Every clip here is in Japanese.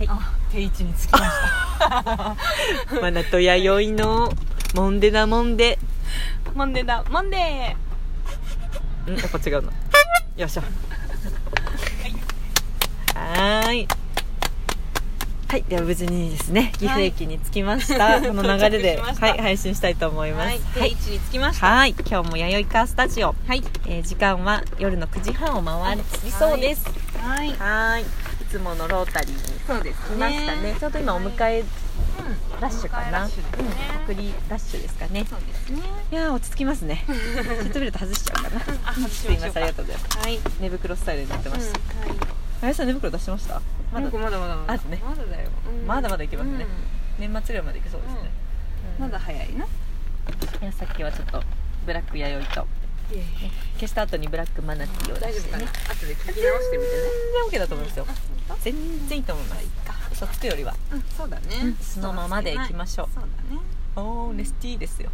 、 定位置につきましたマナと弥生のモンデだモンデモンデだモンデやっぱ違うのよっしゃはいはい、では無事にですね岐阜駅に着きました、はい、この流れで、はい、配信したいと思います、 はい、定位置に着きました、 はい、今日も弥生カースタジオ、はい時間は夜の9時半を回りそうです。はい、はい、いつものロータリーに来ました ね。ちょうど今お迎え、ラッシュかな、送りラッシュですかね。そうですね。いや落ち着きますねシートベルト外しちゃうかなすいません、ありがとうございます、はい、寝袋スタイルになってました、あやさん寝袋出しました？ まだまだあとね、 まだだよ、 まだまだいけますね、年末ぐらいまでいけそうですね、 まだ早いな。 いやさっきはちょっとブラック弥生と消した後にブラックマナティーを出してね、 後で聞き直してみてね。 全然 OK だと思いますよ。全然いいと思います。嘘つくよりは、 そうだね、 そのままでいきましょう。そうだね。おーレスティーですよ、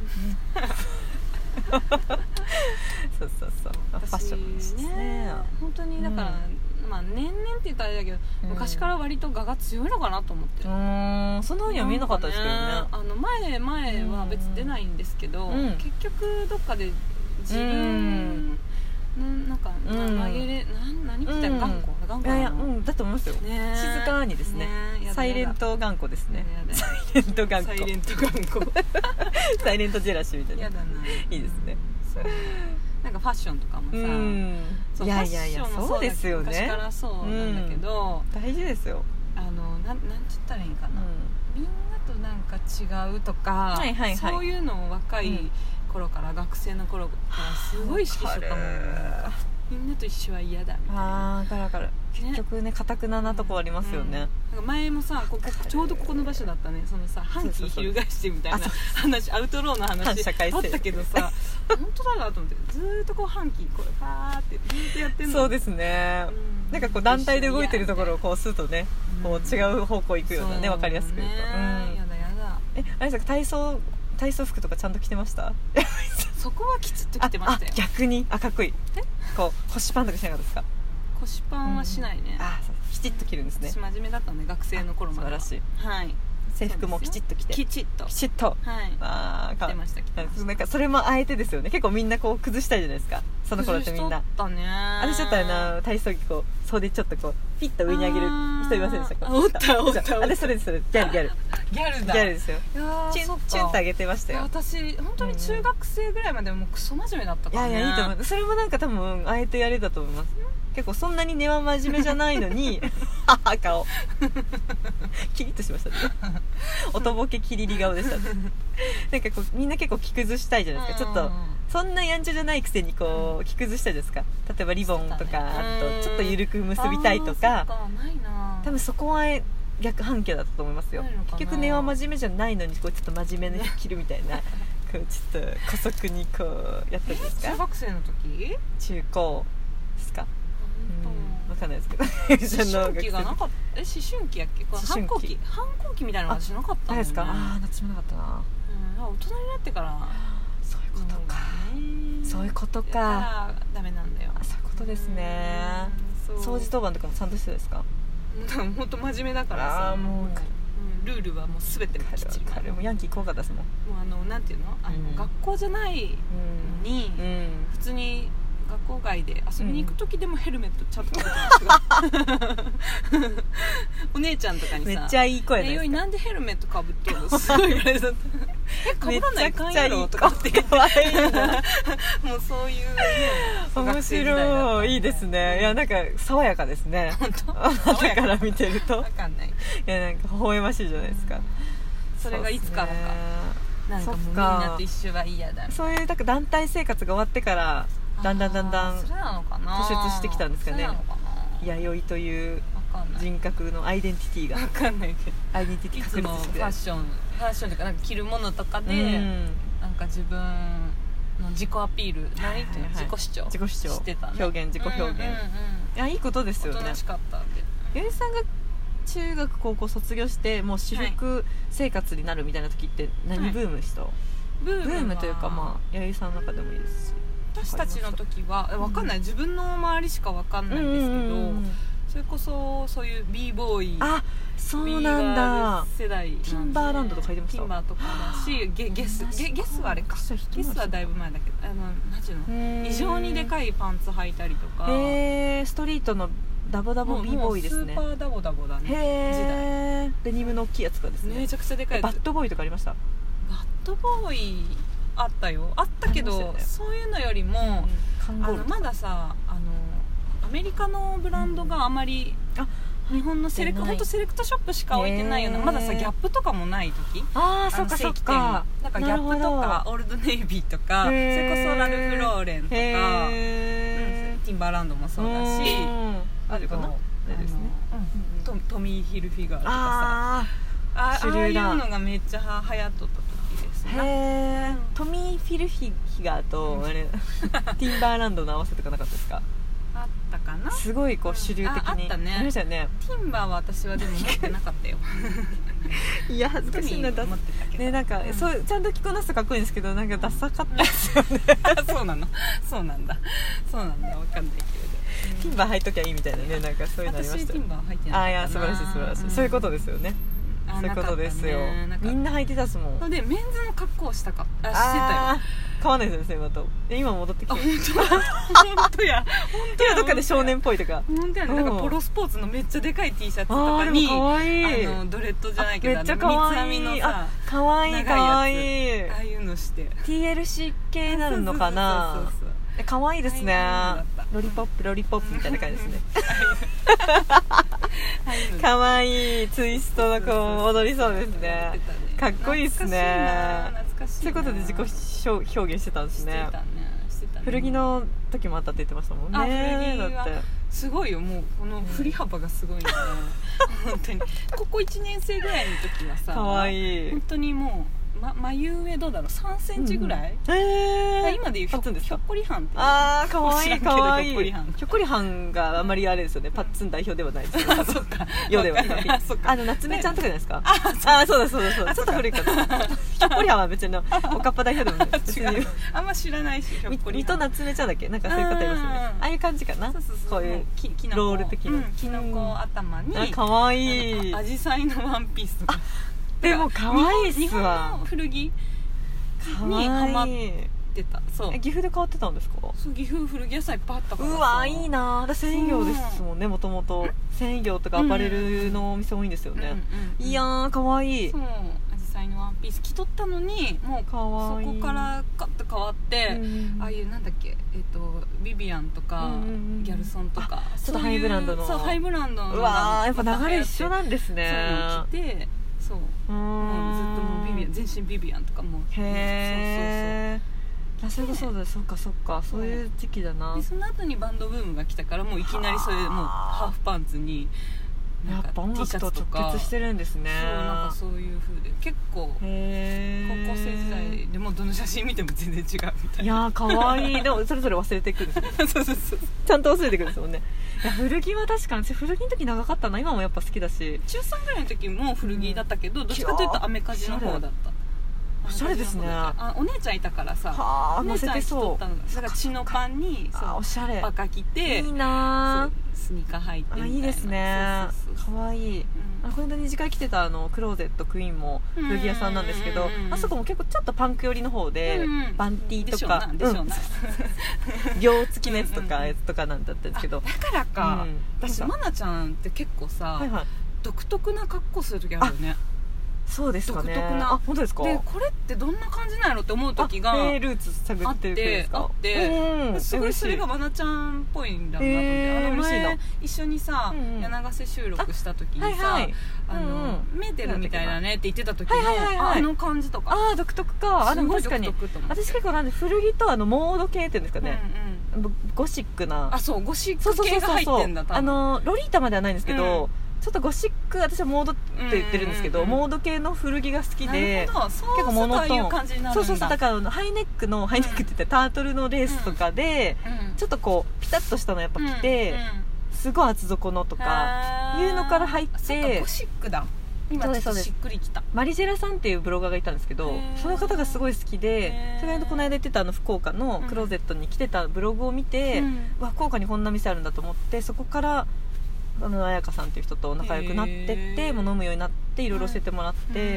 そうファッションですね。 本当にだから、まあ年々って言ったらあれだけど、昔から割と我が強いのかなと思ってる。 そんな風には見えなかったですけどね。 前は別に出ないんですけど、結局どっかで自分なんか曲げれ何言ったら頑固いやだと思いますよ。静かにですね、サイレント頑固ですね。サイレント頑固サイレントジェラシーみたいな。いいですね。 なんかファッションとかもさ、 いやそうですよね。 昔からそうなんだけど、 大事ですよ。 なんて言ったらいいかな、みんなとなんか違うとか、そういうのを若い頃から学生の頃からすごい意識してたもん。みんなと一緒は嫌だみたいな。 だから結局ね堅くななとこありますよね。 なんか前もさちょうどここの場所だったね、そのさ半旗翻してみたいな話、アウトローの話あったけどさ本当だなと思って、ずーっとこう半旗こうファーってずーっとやってんの。 そうですね、なんかこう団体で動いてるところをこうするとね、こう違う方向行くようなね、分かりやすく言うと。やだあれさ体操服とかちゃんと着てました？ そこはきちっと着てましたよ。 逆にかっこいい。こう腰パンとかしなかったですか？ 腰パンはしないね。 きちっと着るんですね。 私真面目だったね、学生の頃までは。 素晴らしい。はい。制服もきちっと着て。きちっと。はい。着てました。なんかそれもあえてですよね。結構みんなこう崩したいじゃないですか。その頃ってみんな。私ちょっと体操着こう袖ちょっとこうピッと上に上げる人いませんでしたか？ おった。 それギャルですよ。チュンと上げてましたよ。 私本当に中学生ぐらいまでもうクソ真面目だったからね。 いいと思う。それもなんか多分あえてやれたと思います。結構そんなに根は真面目じゃないのに顔キリッとしましたねおとぼけキリリ顔でしたねなんかこうみんな結構着崩したいじゃないですか。ちょっとそんなやんちゃじゃないくせにこう着崩したいじゃないですか。例えばリボンとか、あとちょっと緩く結びたいとか、多分そこは逆反響だったと思いますよ。結局根は真面目じゃないのにこうちょっと真面目に着るみたいなこうちょっと姑息にこうやったんですか？ 中学生の時？ 中高ですか？分かんないですけど思春期がなかった。思春期やっけ？反抗期みたいなの私なかったんですか？ 私もなかったな。 大人になってからそういうことかダメなんだよ。 そういうことですね。掃除当番とかもちゃんとしてたですか？ 本当真面目だからさ、もうルールはもう全てきっちり。 彼もヤンキー怖かったですもん。 もうなんていうの、学校じゃないのに普通に学校外で遊びに行く時でもヘルメットちゃんとかぶってましたお姉ちゃんとかにさ、 めっちゃいい声ですか？ なんでヘルメットかぶってるの？すごい言われたかぶらないかんやろとかって可愛いなもうそういうね、 面白い。いいですね。いやなんか爽やかですね。 本当？ 後から見てると分かんない。いやなんか微笑ましいじゃないですか。 それがいつからかなんかもうみんなと一緒は嫌だ。 そういう団体生活が終わってからだんだん突出してきたんですかね。弥生という人格のアイデンティティが分かんないけど、 アイデンティティ確立して、 ファッションとかなんか着るものとかで、なんか自分の自己アピール、何ていうの、自己主張してたね。 自己表現、いやいいことですよね。 楽しかったんで。 弥生さんが中学高校卒業してもう私服生活になるみたいな時って何ブームした？ブームというか、まあ弥生さんの中でもいいですし、 私たちの時は分かんない、自分の周りしか分かんないんですけど、 それこそそういう b ボーイ、 あ、そうなんだ、 世代なんで、 ティンバーランドとか書いてました。 ティンバーとかだし、ゲスはあれか、ゲスはだいぶ前だけど、何ていうの、異常にでかいパンツ履いたりとか、 ストリートのダボダボ b ボーイですね。 もうスーパーダボダボだね、 へー、デニムの大きいやつがですね、 めちゃくちゃでかいやつ。 バッドボーイとかありました？ バッドボーイあったよ、あったけど、ね、そういうのよりも、まださ、アメリカのブランドがあまり、日本のほんとセレクトショップしか置いてないような、まださギャップとかもない時、 そっかそっか、 なんかギャップとかオールドネイビーとか、それこそラルフ・ローレンとか、ティンバーランドもそうだし、 あるかな、 トミー・ヒルフィガーとかさ、ああいうのがめっちゃ流行っとった時ですね。 トミー・フィルフィガーとあれティンバーランドの合わせとかなかったですか？ あったかな、 すごいこう主流的に、 あったね、 ありましたよね。 ティンバーは私はでも持ってなかったよいや恥ずかしいな、だね、なんか、そうちゃんと着こなすとかっこいいんですけど、なんかダサかったですよねそうなの、そうなんだわかんないけれど、 ティンバー履いときゃいいみたいなね、なんかそういうのありました。 私ティンバー履いてない。 いや素晴らしい素晴らしい、そういうことですよね。そういうことですよ、みんな履いてたっすもん。 それでメンズの格好をしてたよ。 買わないですね、今と今戻ってきて、 本当や今どっかで少年っぽいとか、 本当やね、なんかポロスポーツのめっちゃでかい T シャツとかに、 かわいいドレッドじゃないけど、 めっちゃかわいい、 三つ編みのさ、 かわいいかわいい、 ああいうのして TLC 系になるのかな。かわいいですね、ロリポップみたいな感じですねかわいいツイストのこう踊りそうですね、かっこいいですね。そういうことで自己表現してたんですね。古着の時もあったって言ってましたもんね。 古着はすごいよ、もうこの振り幅がすごいんで本当にここ1年生ぐらいの時はさ、 かわいい、 本当にもう眉上どうだろう、3センチぐらい、今でいうひょっこりはんって、 かわいいかわいい、ひょっこりはんがあんまりあれですよね、パッツン代表ではないですよね、 そっか、 世では夏目ちゃんとかじゃないですか。そうだちょっと古いかなひょっこりはんは別におかっぱ代表でも別にあんま知らないし、ひょっこりはん、 水戸夏目ちゃんだっけ、なんかそういう方いますよね、ああいう感じかな、こういうロール的なキノコ頭にかわいいアジサイのワンピースとか、 でも可愛いっすわ。 日本の古着にハマってた。そう。 岐阜で買ってたんですか？ そう、岐阜古着屋さんいっぱいあったからさ。 うわいいな。私繊維業ですもんね、もともと繊維業とかアパレルのお店多いんですよね。いやー可愛い。 そう、アジサイのワンピース着とったのに、もうそこからカッと変わって、ああいうなんだっけ、ビビアンとかギャルソンとか、 ちょっとハイブランドの。 そう、ハイブランドの。 うわー、やっぱ流れ一緒なんですね。 そう着て。そう、もうずっともうビビアン、全身ビビアンとかもう、 へー、そうかそういう時期だな。 でその後にバンドブームが来たから、もういきなりそれでもうハーフパンツにやっぱ音楽と直結してるんですね。 そう、なんかそういう風で結構高校生時代でもどの写真見ても全然違うみたいな。 いやーかわいい。でもそれぞれ忘れていくんですねそうちゃんと忘れていくんですもんね。いや古着は確かに古着の時長かったな。今もやっぱ好きだし、 中3ぐらいの時も古着だったけど、どっちかというとアメカジの方だった。 おしゃれですね。 お姉ちゃんいたからさ、お姉ちゃん着とったのが、だからチノパンにおしゃれバカ着て、 いいなー、 スニーカー履いてみたいな。 いいですね、かわいい。この間二次会来てたクローゼットクイーンも古着屋さんなんですけど、あそこも結構ちょっとパンク寄りの方で、バンティーとか秒付きのやつとかなんだったんですけど、 だからか、私マナちゃんって結構さ、独特な格好する時あるよね。 そうですかね。 独特な。 本当ですか？ でこれってどんな感じなんやろって思う時がルーツ探ってるですか？ あって、すごいそれがマナちゃんっぽいんだなと思って。前一緒にさ、柳ヶ瀬収録した時にさ、メーテルみたいだねって言ってた時のあの感じとか、 独特か。でも確かに私結構なんで古着とモード系っていうんですかね、ゴシックな、 そうゴシック系が入ってんだ。 ロリータまではないんですけど、ちょっとゴシック、私はモードって言ってるんですけど、モード系の古着が好きで、結構モノトーン、そうだからハイネックって言ってタートルのレースとかで、ちょっとこうピタッとしたのやっぱ着て、すごい厚底のとかいうのから入って、 ゴシックだ。今ちょっとしっくりきた。 マリジェラさんっていうブロガーがいたんですけど、その方がすごい好きで、それでこの間言ってた福岡のクローゼットに来てたブログを見て、福岡にこんな店あるんだと思って、そこから彩香さんっていう人と仲良くなってってもう飲むようになっていろいろ教えてもらって、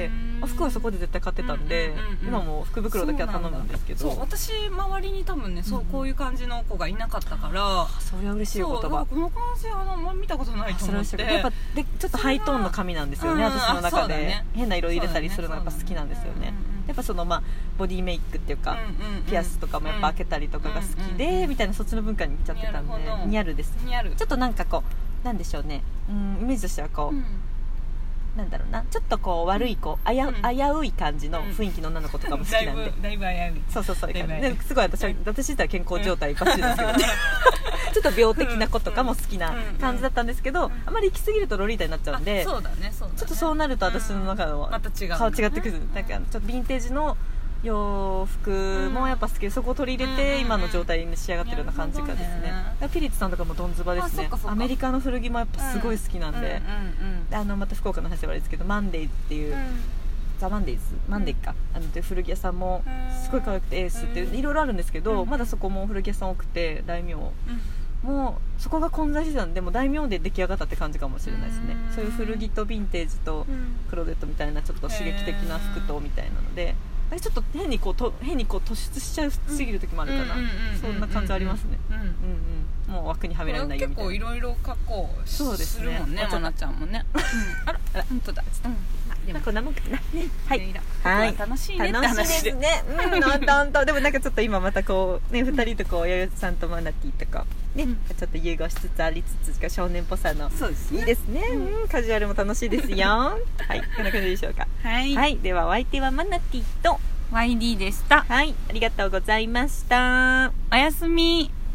服はそこで絶対買ってたんで、今も福袋だけは頼むんですけど、 そう私周りに多分ね、こういう感じの子がいなかったから、 それは嬉しいお言葉。 この感じは見たことないと思って、 やっぱでちょっとハイトーンの髪なんですよね、私の中で、変な色入れたりするのやっぱ好きなんですよね。やっぱそのボディメイクっていうか、ピアスとかもやっぱ開けたりとかが好きで、みたいなそっちの文化に行っちゃってたんで、ニャルです。ちょっとなんかこうなんでしょうね、イメージとしてはこう、なんだろうな、ちょっとこう悪い子、危うい感じの雰囲気の女の子とかも好きなんで、 だいぶ危うい、 そうですごい私自体は健康状態バッチリですけどねちょっと病的な子とかも好きな感じだったんですけど、あまり行き過ぎるとロリータになっちゃうんで、 そうだね、 ちょっとそうなると私の中のまた違う顔違ってくる、なんかちょっとヴィンテージの洋服もやっぱ好きで、そこを取り入れて今の状態に仕上がってるような感じがですね。ピリッツさんとかもドンズバですね。アメリカの古着もやっぱすごい好きなんで、また福岡の話はあれですけど、マンデーっていうザ・マンデーか、古着屋さんもすごい可愛くて、エースっていろいろあるんですけど、まだそこも古着屋さん多くて、大名もうそこが混在してたんで、もう大名で出来上がったって感じかもしれないですね。そういう古着とヴィンテージとクローゼットみたいなちょっと刺激的な服とみたいなので、ちょっと変に突出しちゃうすぎる時もあるかな、そんな感じありますね。もう枠にはめられないよみたいな。 結構いろいろ加工するもんね、まなちゃんもね。あら本当だ。 こんなもんかな。 はい、楽しいねって話ですね。本当でもなんかちょっと今またこうね、2人とこう弥生さんとマナティとかね、ちょっと融合しつつありつつ少年っぽさの、いいですね。カジュアルも楽しいですよ。はい、こんな感じでしょうか。はい、ではお相手はマナティと YD でした。 はい、ありがとうございました。 おやすみ。